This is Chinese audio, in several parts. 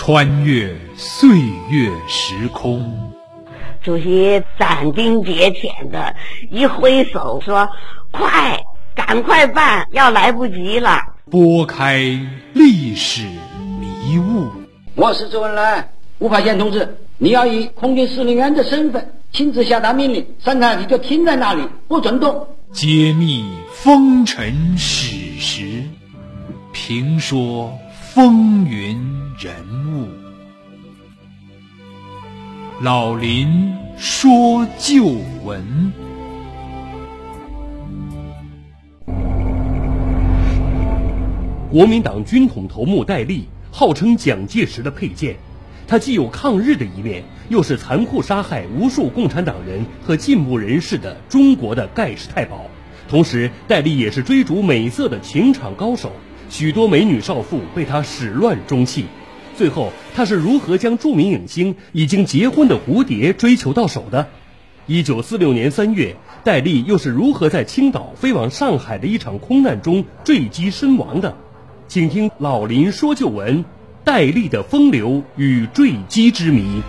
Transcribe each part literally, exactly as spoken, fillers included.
穿越岁月时空。 主席斩钉截铁的一挥手说：快，赶快办，要来不及了。 拨开历史迷雾。 我是周恩来，吴法宪同志，你要以空军司令员的身份亲自下达命令，三台你就停在那里，不准动。 揭秘风尘史实，评说风云人物。老林说旧闻。 国民党军统头目戴笠号称蒋介石的佩剑，他既有抗日的一面，又是残酷杀害无数共产党人和进步人士的中国的盖世太保。同时，戴笠也是追逐美色的情场高手，许多美女少妇被他始乱终弃。最后，他是如何将著名影星已经结婚的蝴蝶追求到手的？一九四六年三月，戴笠又是如何在青岛飞往上海的一场空难中坠机身亡的？请听老林说旧闻，戴笠的风流与坠机之谜。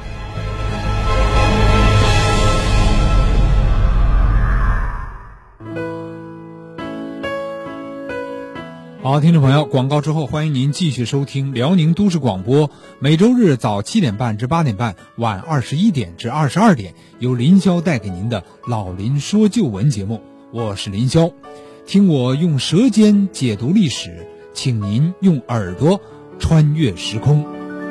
好，听众朋友，广告之后欢迎您继续收听辽宁都市广播，每周日早七点半至八点半，晚二十一点至二十二点，由林霄带给您的老林说旧闻节目，我是林霄。听我用舌尖解读历史，请您用耳朵穿越时空。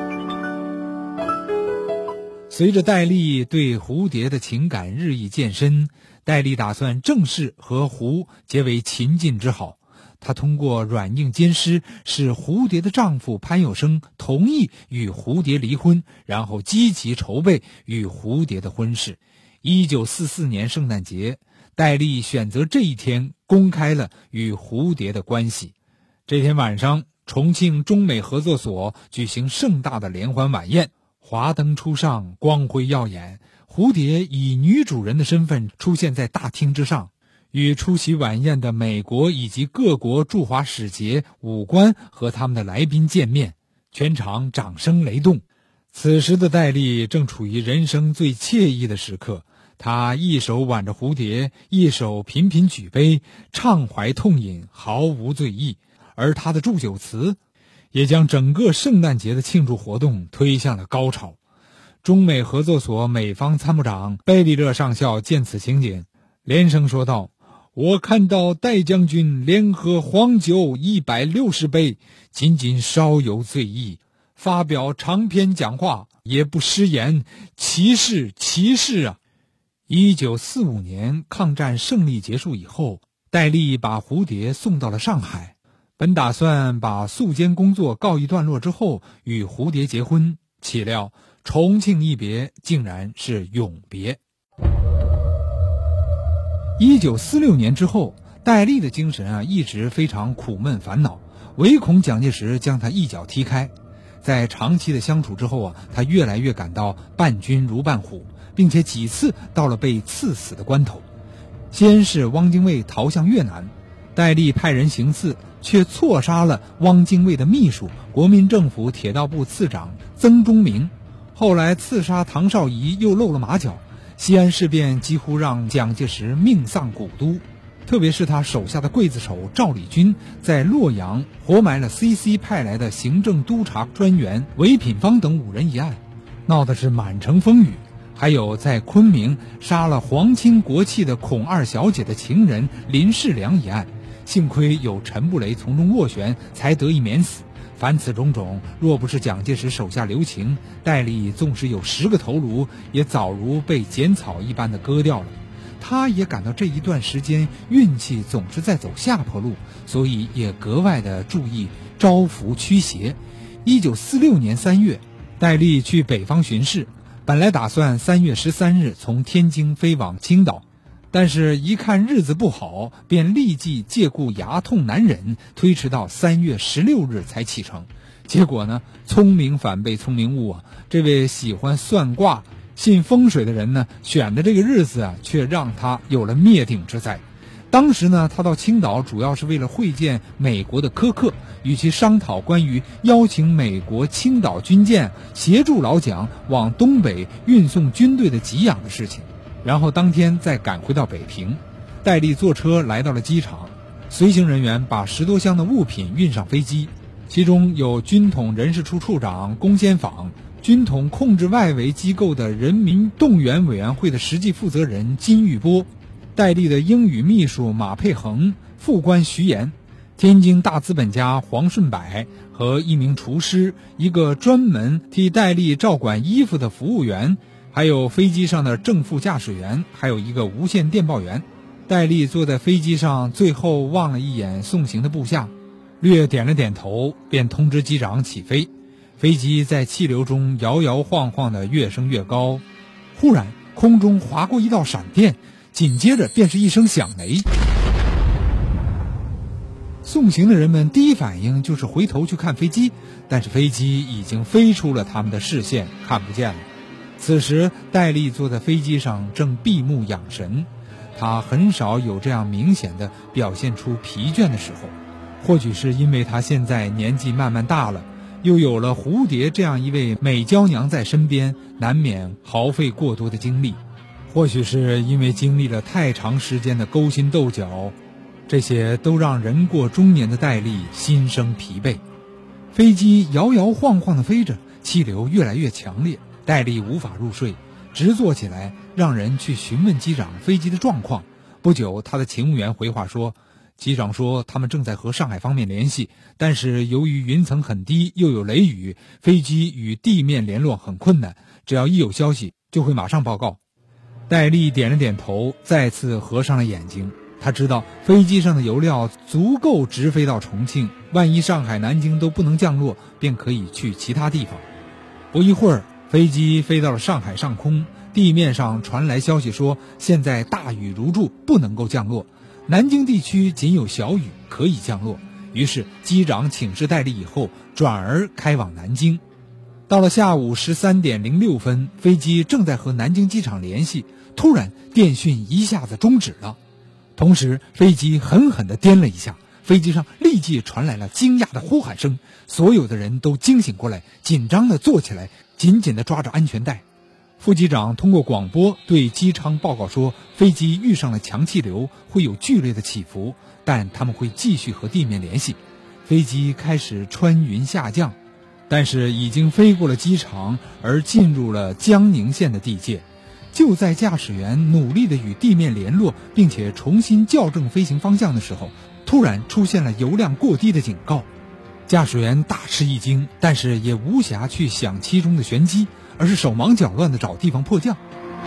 随着戴笠对蝴蝶的情感日益渐深，戴笠打算正式和蝴结为秦晋之好。他通过软硬兼施，使蝴蝶的丈夫潘有生同意与蝴蝶离婚，然后积极筹备与蝴蝶的婚事。一九四四年圣诞节，戴笠选择这一天公开了与蝴蝶的关系。这天晚上，重庆中美合作所举行盛大的联欢晚宴，华灯初上，光辉耀眼，蝴蝶以女主人的身份出现在大厅之上，与出席晚宴的美国以及各国驻华使节、武官和他们的来宾见面，全场掌声雷动。此时的戴笠正处于人生最惬意的时刻，他一手挽着蝴蝶，一手频频举杯，畅怀痛饮，毫无醉意。而他的祝酒词也将整个圣诞节的庆祝活动推向了高潮。中美合作所美方参谋长贝利勒上校见此情景，连声说道：我看到戴将军联合黄酒一百六十杯，仅仅稍有醉意，发表长篇讲话也不失言，奇事奇事啊！一九四五年抗战胜利结束以后，戴笠把蝴蝶送到了上海，本打算把宿监工作告一段落之后与蝴蝶结婚，岂料重庆一别竟然是永别。一九四六年之后，戴笠的精神啊一直非常苦闷烦恼，唯恐蒋介石将他一脚踢开。在长期的相处之后啊，他越来越感到伴君如伴虎，并且几次到了被刺死的关头。先是汪精卫逃向越南，戴笠派人行刺，却错杀了汪精卫的秘书、国民政府铁道部次长曾中明。后来刺杀唐绍仪又露了马脚，西安事变几乎让蒋介石命丧古都，特别是他手下的刽子手赵立军在洛阳活埋了 C C 派来的行政督察专员韦品芳等五人一案，闹的是满城风雨。还有在昆明杀了皇亲国戚的孔二小姐的情人林世良一案，幸亏有陈布雷从中斡旋，才得以免死。凡此种种，若不是蒋介石手下留情，戴笠纵使有十个头颅，也早如被剪草一般的割掉了。他也感到这一段时间运气总是在走下坡路，所以也格外的注意招福驱邪。一九四六年三月，戴笠去北方巡视，本来打算三月十三日从天津飞往青岛，但是一看日子不好，便立即借故牙痛难忍，推迟到三月十六日才启程。结果呢，聪明反被聪明误啊！这位喜欢算卦、信风水的人呢，选的这个日子啊，却让他有了灭顶之灾。 当时呢，他到青岛主要是为了会见美国的柯克，与其商讨关于邀请美国青岛军舰协助老蒋往东北运送军队的给养的事情，然后当天再赶回到北平。戴笠坐车来到了机场，随行人员把十多箱的物品运上飞机，其中有军统人事处处长龚先舫，军统控制外围机构的人民动员委员会的实际负责人金玉波，戴笠的英语秘书马佩衡，副官徐岩，天津大资本家黄顺柏和一名厨师，一个专门替戴笠照管衣服的服务员，还有飞机上的正副驾驶员，还有一个无线电报员。戴笠坐在飞机上，最后望了一眼送行的部下，略点了点头，便通知机长起飞。飞机在气流中摇摇晃晃地越升越高，忽然空中划过一道闪电，紧接着便是一声响雷。送行的人们第一反应就是回头去看飞机，但是飞机已经飞出了他们的视线，看不见了。此时戴笠坐在飞机上正闭目养神，他很少有这样明显的表现出疲倦的时候，或许是因为他现在年纪慢慢大了，又有了蝴蝶这样一位美娇娘在身边，难免耗费过多的精力。或许是因为经历了太长时间的勾心斗角，这些都让人过中年的戴笠心生疲惫。飞机摇摇晃晃地飞着，气流越来越强烈，戴笠无法入睡，直坐起来让人去询问机长飞机的状况。不久，他的勤务员回话说，机长说他们正在和上海方面联系，但是由于云层很低，又有雷雨，飞机与地面联络很困难，只要一有消息就会马上报告。戴笠点了点头，再次合上了眼睛。他知道飞机上的油料足够直飞到重庆，万一上海、南京都不能降落，便可以去其他地方。不一会儿，飞机飞到了上海上空，地面上传来消息说，现在大雨如注，不能够降落，南京地区仅有小雨，可以降落。于是机长请示戴笠以后，转而开往南京。到了下午十三点零六分，飞机正在和南京机场联系，突然电讯一下子终止了，同时飞机狠狠地颠了一下，飞机上立即传来了惊讶的呼喊声，所有的人都惊醒过来，紧张地坐起来，紧紧地抓着安全带。副机长通过广播对机舱报告说，飞机遇上了强气流，会有剧烈的起伏，但他们会继续和地面联系。飞机开始穿云下降，但是已经飞过了机场，而进入了江宁县的地界。就在驾驶员努力地与地面联络，并且重新校正飞行方向的时候，突然出现了油量过低的警告。驾驶员大吃一惊，但是也无暇去想其中的玄机，而是手忙脚乱地找地方迫降。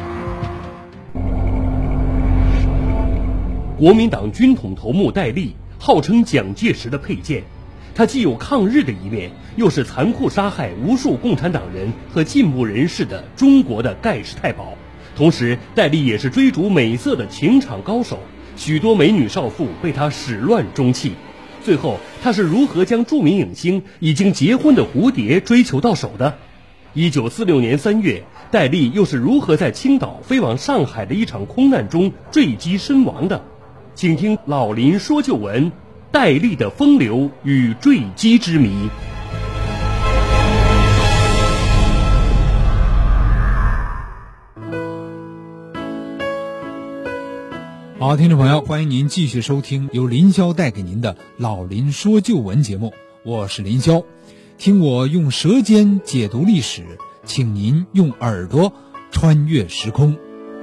国民党军统头目戴笠号称蒋介石的佩剑，他既有抗日的一面，又是残酷杀害无数共产党人和进步人士的中国的盖世太保。同时，戴笠也是追逐美色的情场高手，许多美女少妇被他始乱终弃。最后，他是如何将著名影星已经结婚的蝴蝶追求到手的？一九四六年三月，戴笠又是如何在青岛飞往上海的一场空难中坠机身亡的？请听老林说旧闻，戴笠的风流与坠机之谜。 好，听众朋友，欢迎您继续收听由林霄带给您的老林说旧闻节目，我是林霄。听我用舌尖解读历史，请您用耳朵穿越时空。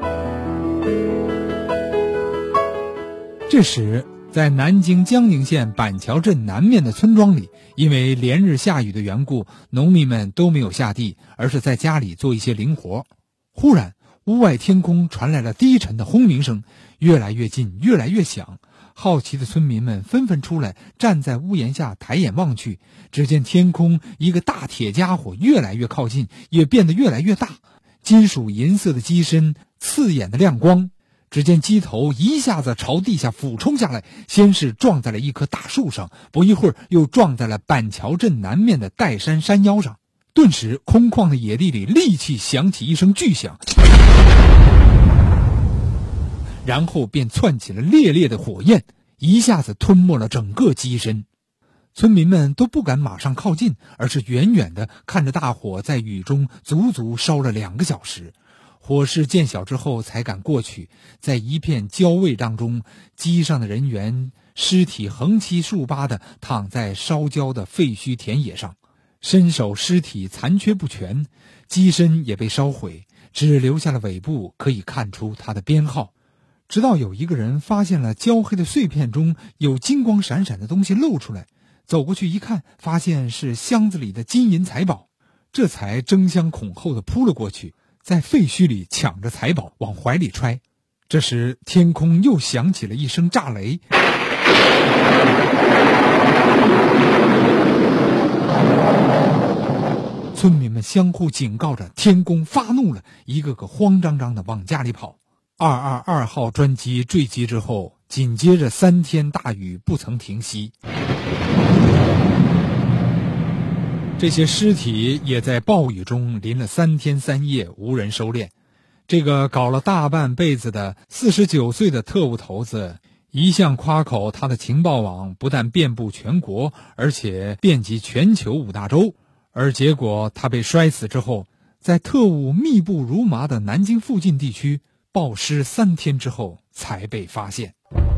这时，在南京江宁县板桥镇南面的村庄里，因为连日下雨的缘故，农民们都没有下地，而是在家里做一些零活。忽然，屋外天空传来了低沉的轰鸣声，越来越近，越来越响。好奇的村民们纷纷出来，站在屋檐下抬眼望去，只见天空一个大铁家伙越来越靠近，也变得越来越大，金属银色的机身，刺眼的亮光。只见机头一下子朝地下俯冲下来，先是撞在了一棵大树上，不一会儿又撞在了板桥镇南面的岱山山腰上。顿时，空旷的野地里立即响起一声巨响， 然后便窜起了烈烈的火焰，一下子吞没了整个鸡身。村民们都不敢马上靠近，而是远远地看着大火在雨中足足烧了两个小时。火势渐小之后才敢过去，在一片焦味当中，鸡上的人员尸体横七竖八地躺在烧焦的废墟田野上，身首尸体残缺不全，鸡身也被烧毁，只留下了尾部可以看出它的编号。直到有一个人发现了焦黑的碎片中有金光闪闪的东西露出来，走过去一看，发现是箱子里的金银财宝，这才争相恐后地扑了过去，在废墟里抢着财宝往怀里揣。这时天空又响起了一声炸雷，村民们相互警告着，天公发怒了，一个个慌张张地往家里跑。二二二号专机坠机之后，紧接着三天大雨不曾停息，这些尸体也在暴雨中淋了三天三夜，无人收敛。这个搞了大半辈子的四十九岁的特务头子，一向夸口他的情报网不但遍布全国，而且遍及全球五大洲。而结果他被摔死之后，在特务密布如麻的南京附近地区暴尸三天之后才被发现。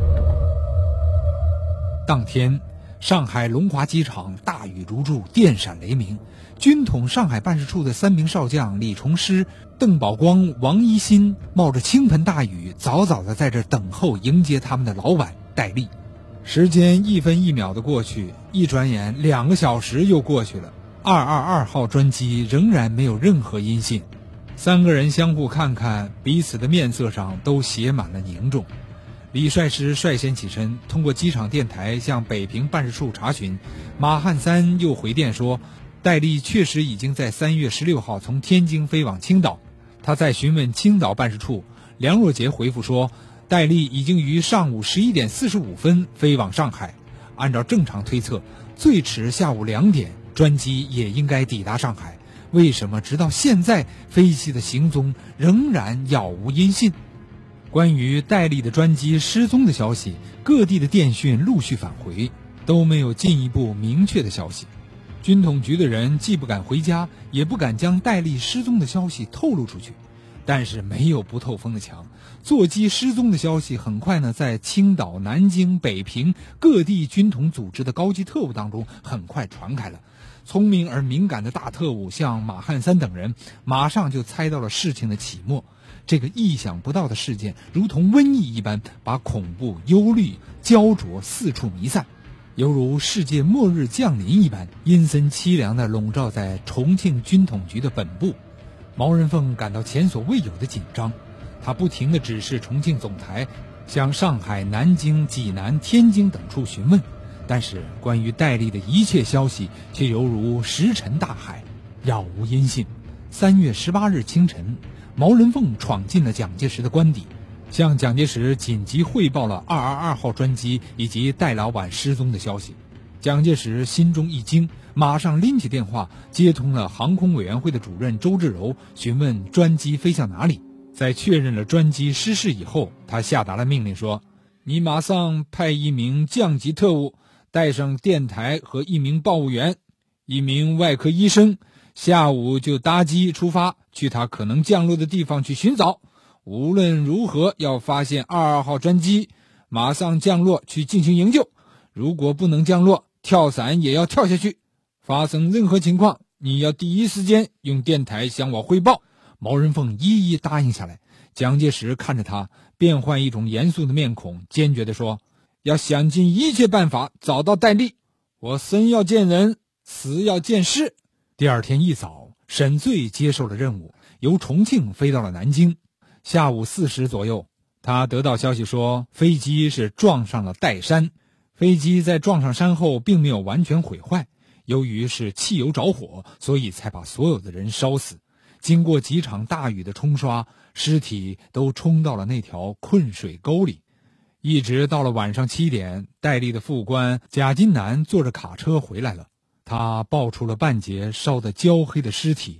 当天上海龙华机场大雨如注，电闪雷鸣，军统上海办事处的三名少将李崇师、邓宝光、王一新冒着倾盆大雨，早早的在这等候迎接他们的老板戴笠。时间一分一秒的过去，一转眼两个小时又过去了，二二二号专机仍然没有任何音信。三个人相互看看，彼此的面色上都写满了凝重。李帅师率先起身，通过机场电台向北平办事处查询。马汉三又回电说，戴笠确实已经在三月十六号从天津飞往青岛。他在询问青岛办事处，梁若杰回复说，戴笠已经于上午十一点四十五分飞往上海。按照正常推测，最迟下午两点专机也应该抵达上海，为什么直到现在飞机的行踪仍然杳无音信？关于戴笠的专机失踪的消息，各地的电讯陆续返回，都没有进一步明确的消息。军统局的人既不敢回家，也不敢将戴笠失踪的消息透露出去。但是没有不透风的墙，座机失踪的消息很快呢，在青岛、南京、北平各地军统组织的高级特务当中很快传开了。聪明而敏感的大特务像马汉三等人，马上就猜到了事情的起末。这个意想不到的事件如同瘟疫一般，把恐怖、忧虑、焦灼四处弥散，犹如世界末日降临一般，阴森凄凉地笼罩在重庆军统局的本部。毛人凤感到前所未有的紧张，他不停地指示重庆总台向上海、南京、济南、天津等处询问，但是关于戴笠的一切消息却犹如石沉大海，杳无音信。三月十八日清晨，毛人凤闯进了蒋介石的官邸，向蒋介石紧急汇报了二二二号专机以及戴老板失踪的消息。蒋介石心中一惊，马上拎起电话接通了航空委员会的主任周志柔，询问专机飞向哪里。在确认了专机失事以后，他下达了命令说，你马上派一名降级特务，带上电台和一名报务员，一名外科医生，下午就搭机出发，去他可能降落的地方去寻找。无论如何要发现二二号专机，马上降落去进行营救。如果不能降落，跳伞也要跳下去。发生任何情况，你要第一时间用电台向我汇报。毛人凤一一答应下来。蒋介石看着他，变换一种严肃的面孔，坚决地说，要想尽一切办法找到戴笠，我生要见人，死要见尸。第二天一早，沈醉接受了任务，由重庆飞到了南京。下午四时左右，他得到消息说，飞机是撞上了岱山。飞机在撞上山后并没有完全毁坏，由于是汽油着火，所以才把所有的人烧死。经过几场大雨的冲刷，尸体都冲到了那条困水沟里。一直到了晚上七点，戴笠的副官贾金南坐着卡车回来了，他抱出了半截烧得焦黑的尸体。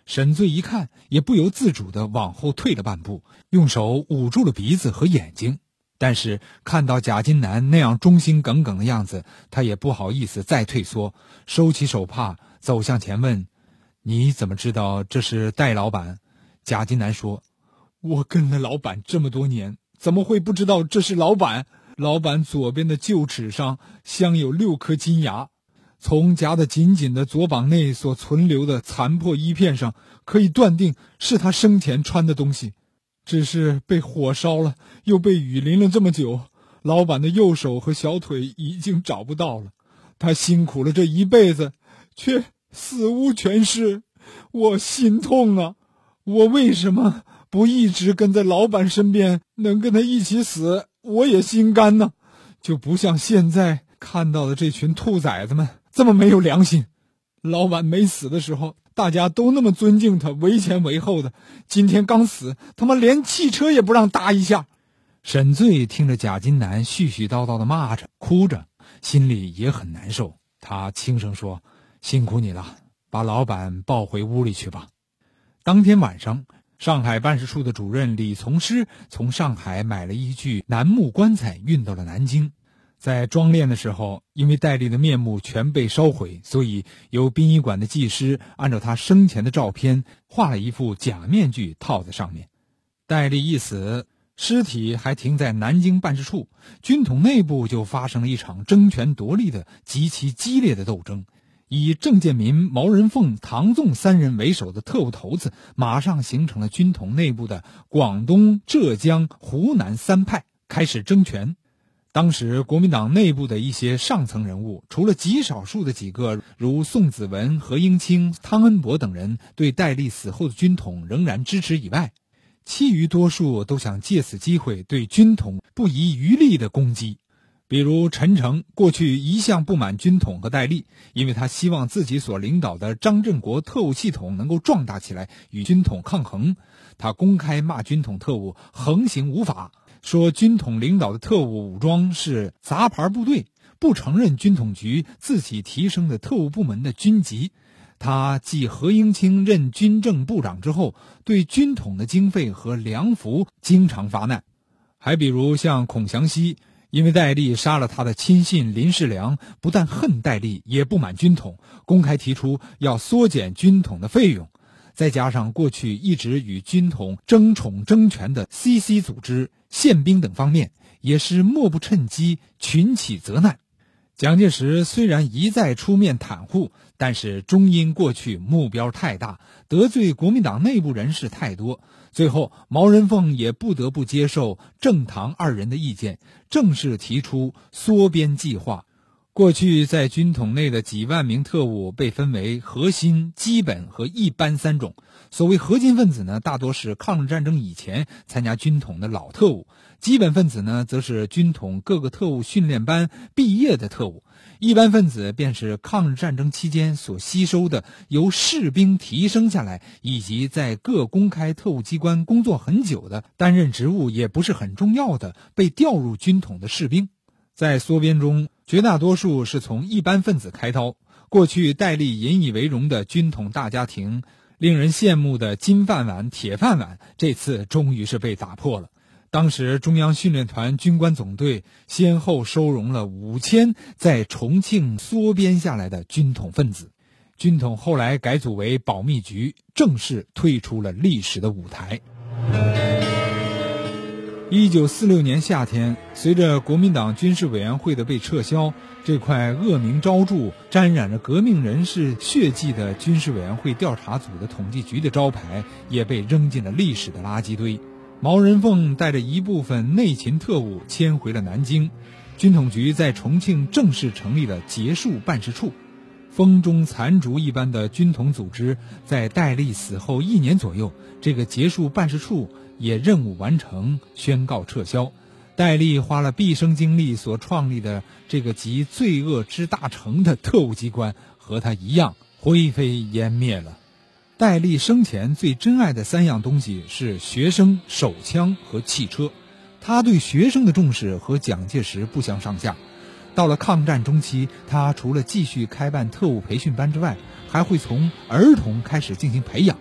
沈醉一看，也不由自主地往后退了半步，用手捂住了鼻子和眼睛。但是看到贾金南那样忠心耿耿的样子，他也不好意思再退缩，收起手帕，走向前问：你怎么知道这是戴老板？贾金南说：我跟了老板这么多年，怎么会不知道这是老板？老板左边的臼齿上镶有六颗金牙，从夹得紧紧的左膀内所存留的残破衣片上，可以断定是他生前穿的东西。只是被火烧了，又被雨淋了这么久，老板的右手和小腿已经找不到了。他辛苦了这一辈子，却死无全尸，我心痛啊！我为什么不一直跟在老板身边，能跟他一起死，我也心甘呢？就不像现在看到的这群兔崽子们这么没有良心。老板没死的时候，大家都那么尊敬他，为前为后的，今天刚死，他妈连汽车也不让搭一下。沈醉听着贾金南絮絮叨叨的骂着，哭着，心里也很难受。他轻声说：辛苦你了，把老板抱回屋里去吧。当天晚上，上海办事处的主任李从师从上海买了一具楠木棺材运到了南京。在装殓的时候，因为戴笠的面目全被烧毁，所以由殡仪馆的技师按照他生前的照片画了一副假面具套在上面。戴笠一死，尸体还停在南京办事处，军统内部就发生了一场争权夺利的极其激烈的斗争。以郑建民、毛人凤、唐纵三人为首的特务头子，马上形成了军统内部的广东、浙江、湖南三派，开始争权。当时国民党内部的一些上层人物，除了极少数的几个如宋子文、何应钦、汤恩伯等人对戴笠死后的军统仍然支持以外，其余多数都想借此机会对军统不遗余力的攻击。比如陈诚过去一向不满军统和戴笠，因为他希望自己所领导的张振国特务系统能够壮大起来，与军统抗衡。他公开骂军统特务横行无法，说军统领导的特务武装是杂牌部队，不承认军统局自己提升的特务部门的军级。他继何应钦任军政部长之后，对军统的经费和粮服经常发难。还比如像孔祥熙，因为戴笠杀了他的亲信林世良，不但恨戴笠，也不满军统，公开提出要缩减军统的费用。再加上过去一直与军统争宠争权的 C C 组织、宪兵等方面，也是莫不趁机群起责难。蒋介石虽然一再出面袒护，但是终因过去目标太大，得罪国民党内部人士太多，最后毛人凤也不得不接受郑唐二人的意见，正式提出缩编计划。过去在军统内的几万名特务被分为核心、基本和一般三种。所谓核心分子呢，大多是抗日战争以前参加军统的老特务；基本分子呢，则是军统各个特务训练班毕业的特务；一般分子便是抗日战争期间所吸收的由士兵提升下来，以及在各公开特务机关工作很久的，担任职务也不是很重要的被调入军统的士兵。在缩编中，绝大多数是从一般分子开刀。过去戴笠引以为荣的军统大家庭，令人羡慕的金饭碗、铁饭碗，这次终于是被打破了。当时中央训练团军官总队先后收容了五千在重庆缩编下来的军统分子。军统后来改组为保密局，正式退出了历史的舞台。一九四六年夏天，随着国民党军事委员会的被撤销，这块恶名昭著、沾染着革命人士血迹的军事委员会调查组的统计局的招牌也被扔进了历史的垃圾堆。毛人凤带着一部分内勤特务迁回了南京，军统局在重庆正式成立了结束办事处。风中残烛一般的军统组织，在戴笠死后一年左右，这个结束办事处也任务完成，宣告撤销。戴笠花了毕生精力所创立的这个集罪恶之大成的特务机关，和他一样灰飞烟灭了。戴笠生前最珍爱的三样东西是学生、手枪和汽车。他对学生的重视和蒋介石不相上下。到了抗战中期，他除了继续开办特务培训班之外，还会从儿童开始进行培养，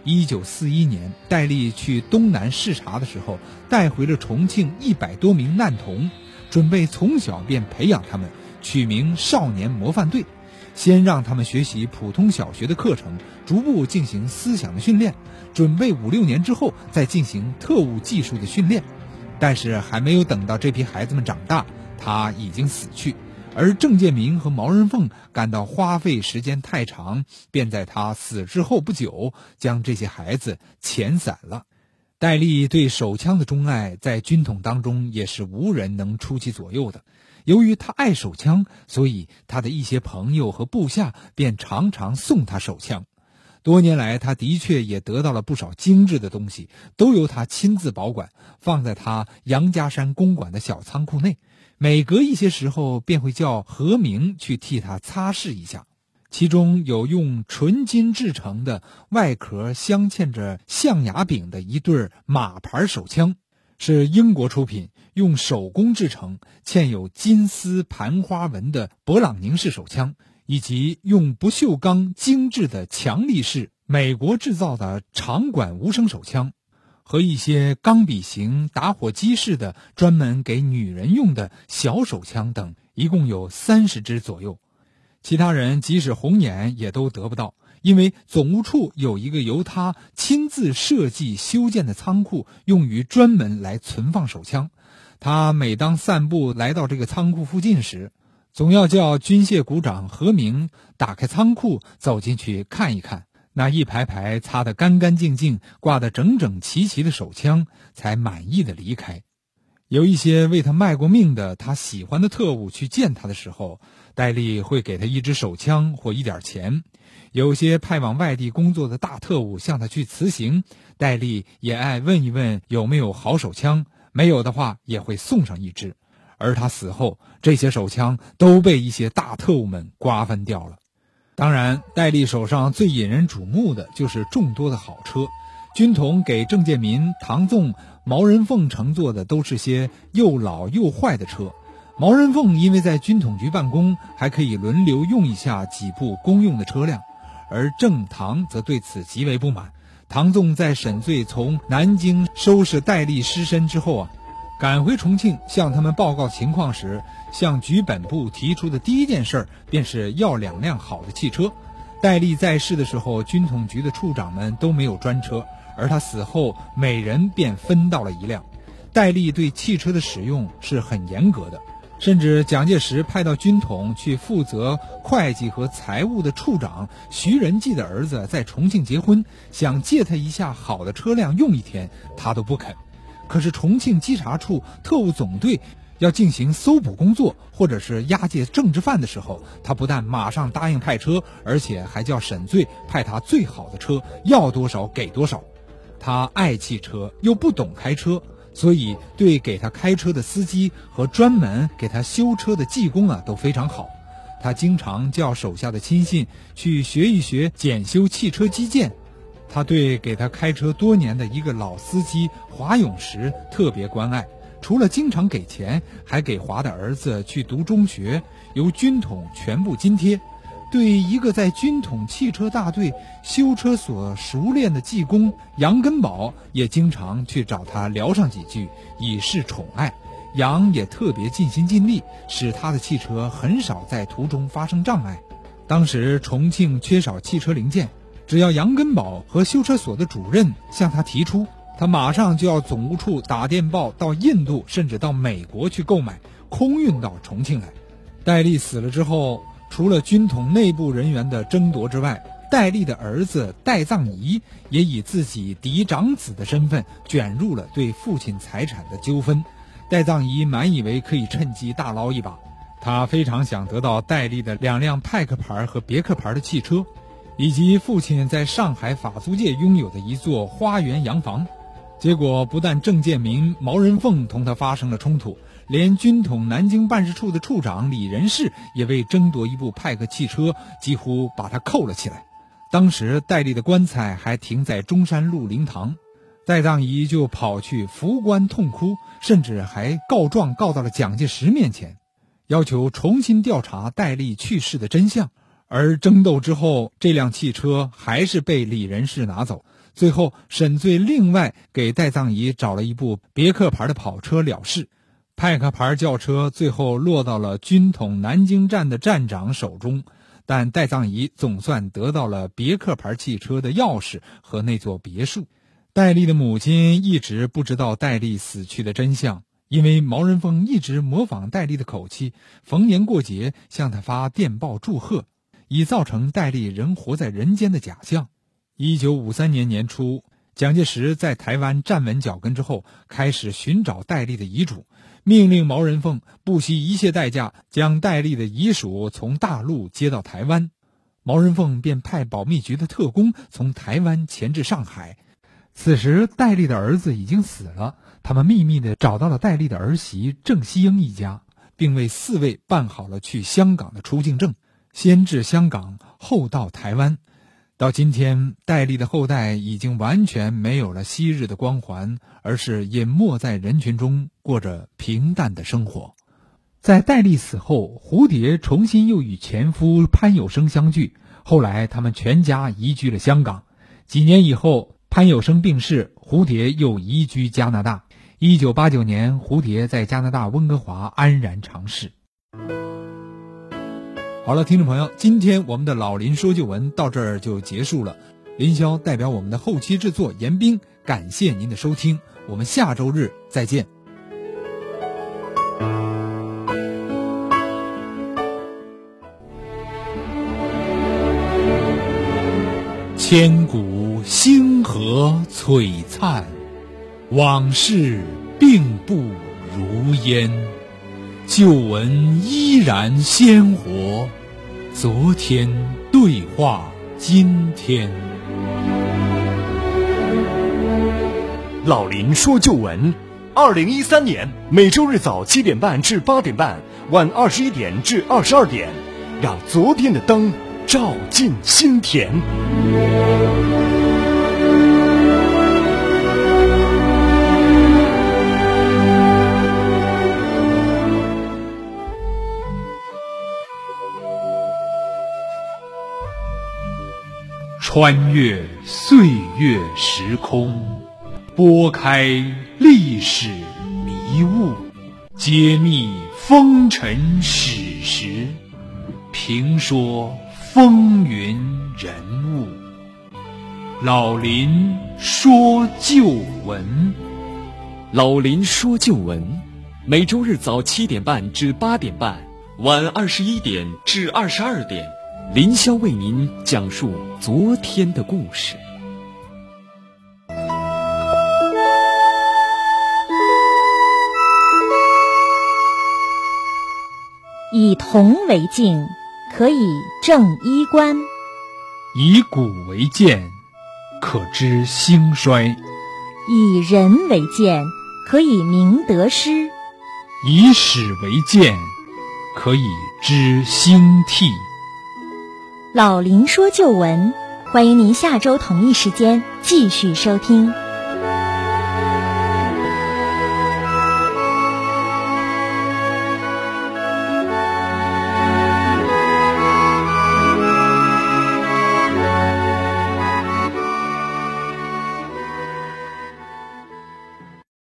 一九四一年，戴笠去东南视察的时候，带回了重庆一百多名难童，准备从小便培养他们，取名少年模范队，先让他们学习普通小学的课程，逐步进行思想的训练，准备五六年之后再进行特务技术的训练。但是还没有等到这批孩子们长大，他已经死去。而郑介民和毛人凤感到花费时间太长，便在他死之后不久将这些孩子遣散了。戴笠对手枪的钟爱在军统当中也是无人能出其左右的。由于他爱手枪，所以他的一些朋友和部下便常常送他手枪。多年来，他的确也得到了不少精致的东西，都由他亲自保管，放在他杨家山公馆的小仓库内。每隔一些时候便会叫何明去替他擦拭一下，其中有用纯金制成的外壳镶嵌着象牙柄的一对马牌手枪，是英国出品，用手工制成，嵌有金丝盘花纹的勃朗宁式手枪，以及用不锈钢精致的强力式美国制造的长管无声手枪，和一些钢笔型打火机式的专门给女人用的小手枪等，一共有三十支左右。其他人即使红眼也都得不到，因为总务处有一个由他亲自设计修建的仓库，用于专门来存放手枪。他每当散步来到这个仓库附近时，总要叫军械股长何明打开仓库走进去看一看，那一排排擦得干干净净，挂得整整齐齐的手枪，才满意的离开。有一些为他卖过命的他喜欢的特务去见他的时候，戴笠会给他一支手枪或一点钱。有些派往外地工作的大特务向他去辞行，戴笠也爱问一问有没有好手枪，没有的话也会送上一支。而他死后，这些手枪都被一些大特务们瓜分掉了。当然，戴笠手上最引人瞩目的就是众多的好车。军统给郑介民、唐纵、毛人凤乘坐的都是些又老又坏的车。毛人凤因为在军统局办公，还可以轮流用一下几部公用的车辆，而郑唐则对此极为不满。唐纵在沈醉从南京收拾戴笠尸身之后啊，赶回重庆向他们报告情况时，向局本部提出的第一件事便是要两辆好的汽车。戴笠在世的时候，军统局的处长们都没有专车，而他死后每人便分到了一辆。戴笠对汽车的使用是很严格的，甚至蒋介石派到军统去负责会计和财务的处长徐仁济的儿子在重庆结婚，想借他一下好的车辆用一天，他都不肯。可是重庆稽查处特务总队要进行搜捕工作，或者是押解政治犯的时候，他不但马上答应派车，而且还叫沈醉派他最好的车，要多少给多少。他爱汽车又不懂开车，所以对给他开车的司机和专门给他修车的技工啊都非常好。他经常叫手下的亲信去学一学检修汽车机件。他对给他开车多年的一个老司机华永石特别关爱，除了经常给钱，还给华的儿子去读中学，由军统全部津贴。对一个在军统汽车大队修车所熟练的技工杨根宝，也经常去找他聊上几句，以示宠爱。杨也特别尽心尽力，使他的汽车很少在途中发生障碍。当时重庆缺少汽车零件，只要杨根宝和修车所的主任向他提出，他马上就要总务处打电报到印度甚至到美国去购买，空运到重庆来。戴笠死了之后，除了军统内部人员的争夺之外，戴笠的儿子戴藏仪也以自己嫡长子的身份卷入了对父亲财产的纠纷。戴藏仪满以为可以趁机大捞一把，他非常想得到戴笠的两辆派克牌和别克牌的汽车，以及父亲在上海法租界拥有的一座花园洋房。结果不但郑介民、毛人凤同他发生了冲突，连军统南京办事处的处长李仁士也为争夺一部派克汽车几乎把他扣了起来。当时戴笠的棺材还停在中山路灵堂，戴藏仪就跑去扶棺痛哭，甚至还告状告到了蒋介石面前，要求重新调查戴笠去世的真相。而争斗之后，这辆汽车还是被李仁士拿走， 最后沈醉另外给戴藏仪找了一部别克牌的跑车了事。派克牌轿车最后落到了军统南京站的站长手中，但戴藏仪总算得到了别克牌汽车的钥匙和那座别墅。戴笠的母亲一直不知道戴笠死去的真相，因为毛人凤一直模仿戴笠的口气，逢年过节向他发电报祝贺，以造成戴笠仍活在人间的假象。一九五三年年初，蒋介石在台湾站稳脚跟之后，开始寻找戴笠的遗嘱，命令毛人凤不惜一切代价将戴笠的遗属从大陆接到台湾。毛人凤便派保密局的特工从台湾前至上海。此时戴笠的儿子已经死了，他们秘密地找到了戴笠的儿媳郑西英一家，并为四位办好了去香港的出境证，先至香港，后到台湾。到今天，戴笠的后代已经完全没有了昔日的光环，而是隐没在人群中，过着平淡的生活。在戴笠死后，蝴蝶重新又与前夫潘有生相聚，后来他们全家移居了香港。几年以后，潘有生病逝，蝴蝶又移居加拿大。一九八九年，蝴蝶在加拿大温哥华安然长逝。好了，听众朋友，今天我们的老林说旧闻到这儿就结束了。林霄代表我们的后期制作严彬，感谢您的收听，我们下周日再见。千古星河璀璨，往事并不如烟。旧闻依然鲜活，昨天对话今天。 老林说旧闻，二零一三年每周日早七点半至八点半，晚二十一点至二十二点，让昨天的灯照进心田。 穿越岁月时空，拨开历史迷雾，揭秘风尘史实，评说风云人物。老林说旧闻， 老林说旧闻，每周日早七点半至八点半，晚二十一点至二十二点，林霄为您讲述昨天的故事。 以铜为镜，可以正衣冠； 以古为鉴，可知兴衰； 以人为鉴，可以明得失； 以史为鉴，可以知兴替。 老林说旧闻，欢迎您下周同一时间继续收听。